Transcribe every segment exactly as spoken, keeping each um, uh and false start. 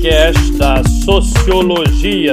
podcast da Sociologia.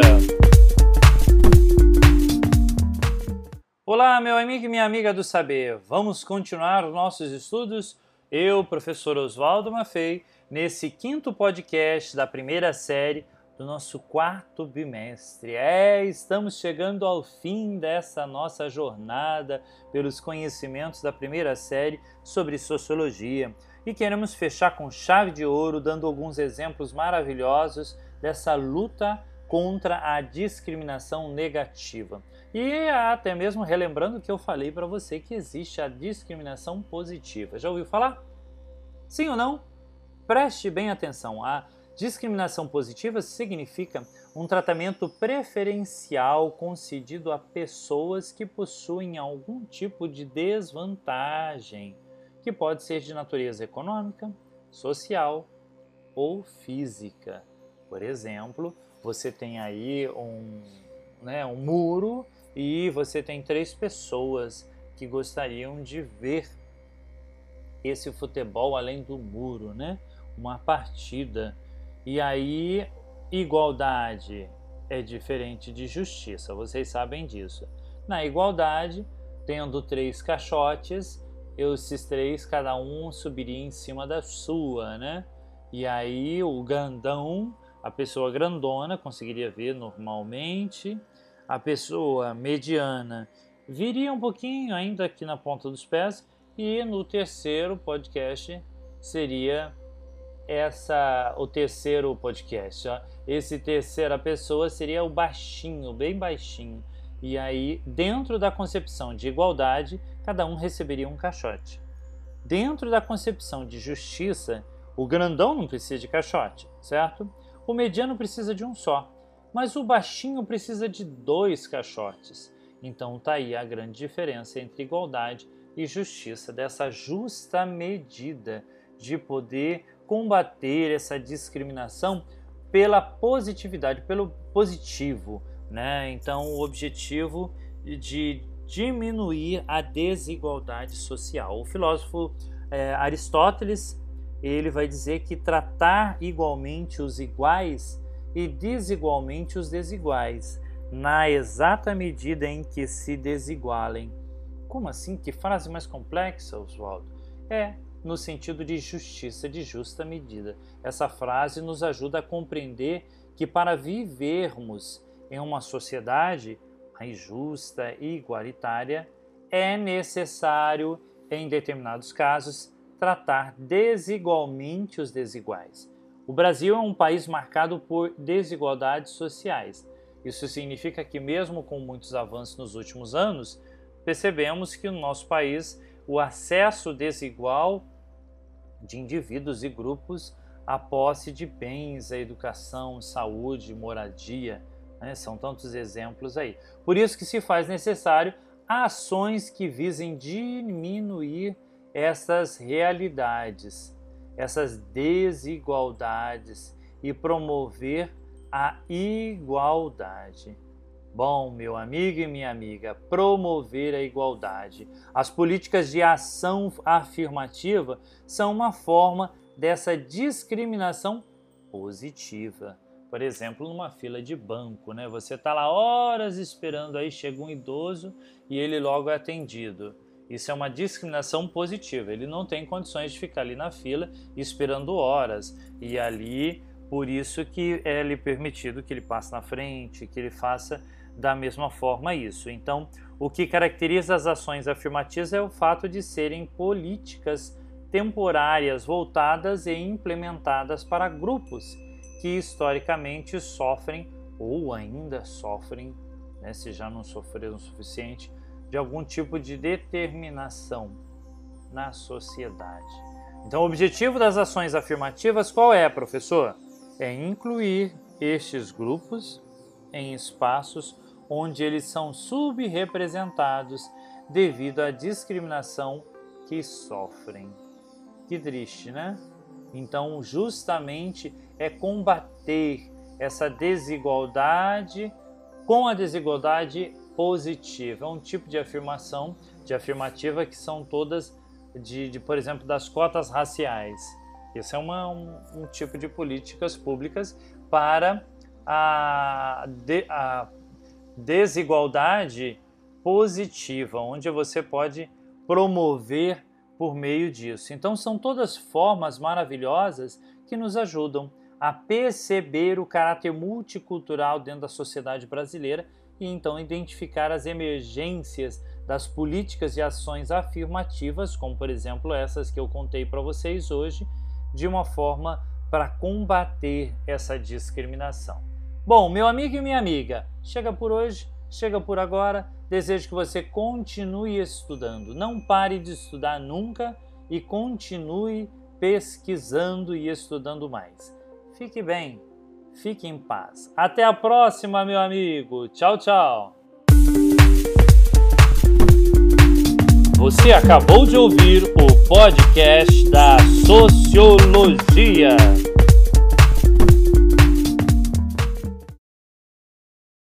Olá, meu amigo e minha amiga do saber. Vamos continuar os nossos estudos? Eu, professor Oswaldo Maffei, nesse quinto podcast da primeira série do nosso quarto bimestre. É, estamos chegando ao fim dessa nossa jornada pelos conhecimentos da primeira série sobre sociologia. E queremos fechar com chave de ouro, dando alguns exemplos maravilhosos dessa luta contra a discriminação negativa. E até mesmo relembrando que eu falei para você que existe a discriminação positiva. Já ouviu falar? Sim ou não? Preste bem atenção. A discriminação positiva significa um tratamento preferencial concedido a pessoas que possuem algum tipo de desvantagem, que pode ser de natureza econômica, social ou física. Por exemplo, você tem aí um, né, um muro e você tem três pessoas que gostariam de ver esse futebol além do muro, né? Uma partida. E aí, igualdade é diferente de justiça, vocês sabem disso. Na igualdade, tendo três caixotes, esses três, cada um subiria em cima da sua, né? E aí o grandão, a pessoa grandona conseguiria ver normalmente, a pessoa mediana viria um pouquinho ainda aqui na ponta dos pés, e no terceiro podcast seria essa, o terceiro podcast, ó. Esse terceira pessoa seria o baixinho, bem baixinho. E aí, dentro da concepção de igualdade, cada um receberia um caixote. Dentro da concepção de justiça, o grandão não precisa de caixote, certo? O mediano precisa de um só, mas o baixinho precisa de dois caixotes. Então tá aí a grande diferença entre igualdade e justiça, dessa justa medida de poder combater essa discriminação pela positividade, pelo positivo, né? Então, o objetivo de diminuir a desigualdade social. O filósofo é, Aristóteles, ele vai dizer que tratar igualmente os iguais e desigualmente os desiguais, na exata medida em que se desigualem. Como assim? Que frase mais complexa, Oswaldo? É, no sentido de justiça, de justa medida. Essa frase nos ajuda a compreender que para vivermos em uma sociedade mais justa e igualitária, é necessário, em determinados casos, tratar desigualmente os desiguais. O Brasil é um país marcado por desigualdades sociais. Isso significa que, mesmo com muitos avanços nos últimos anos, percebemos que no nosso país o acesso desigual de indivíduos e grupos à posse de bens, à educação, saúde, moradia, né? São tantos exemplos aí. Por isso que se faz necessário ações que visem diminuir essas realidades, essas desigualdades e promover a igualdade. Bom, meu amigo e minha amiga, promover a igualdade. As políticas de ação afirmativa são uma forma dessa discriminação positiva. Por exemplo, numa fila de banco, né? Você está lá horas esperando, aí chega um idoso e ele logo é atendido. Isso é uma discriminação positiva. Ele não tem condições de ficar ali na fila esperando horas. E ali, por isso que é lhe permitido que ele passe na frente, que ele faça da mesma forma isso. Então, o que caracteriza as ações afirmativas é o fato de serem políticas temporárias voltadas e implementadas para grupos que historicamente sofrem ou ainda sofrem, né, se já não sofreram o suficiente, de algum tipo de determinação na sociedade. Então, o objetivo das ações afirmativas qual é, professor? É incluir estes grupos em espaços onde eles são subrepresentados devido à discriminação que sofrem. Que triste, né? Então, justamente é combater essa desigualdade com a desigualdade positiva. É um tipo de afirmação, de afirmativa que são todas, de, de, por exemplo, das cotas raciais. Esse é uma, um, um tipo de políticas públicas para a, de, a desigualdade positiva, onde você pode promover por meio disso. Então são todas formas maravilhosas que nos ajudam a perceber o caráter multicultural dentro da sociedade brasileira e então identificar as emergências das políticas e ações afirmativas, como por exemplo essas que eu contei para vocês hoje, de uma forma para combater essa discriminação. Bom, meu amigo e minha amiga, chega por hoje, chega por agora. Desejo que você continue estudando, não pare de estudar nunca e continue pesquisando e estudando mais. Fique bem, fique em paz. Até a próxima, meu amigo. Tchau, tchau. Você acabou de ouvir o podcast da Sociologia.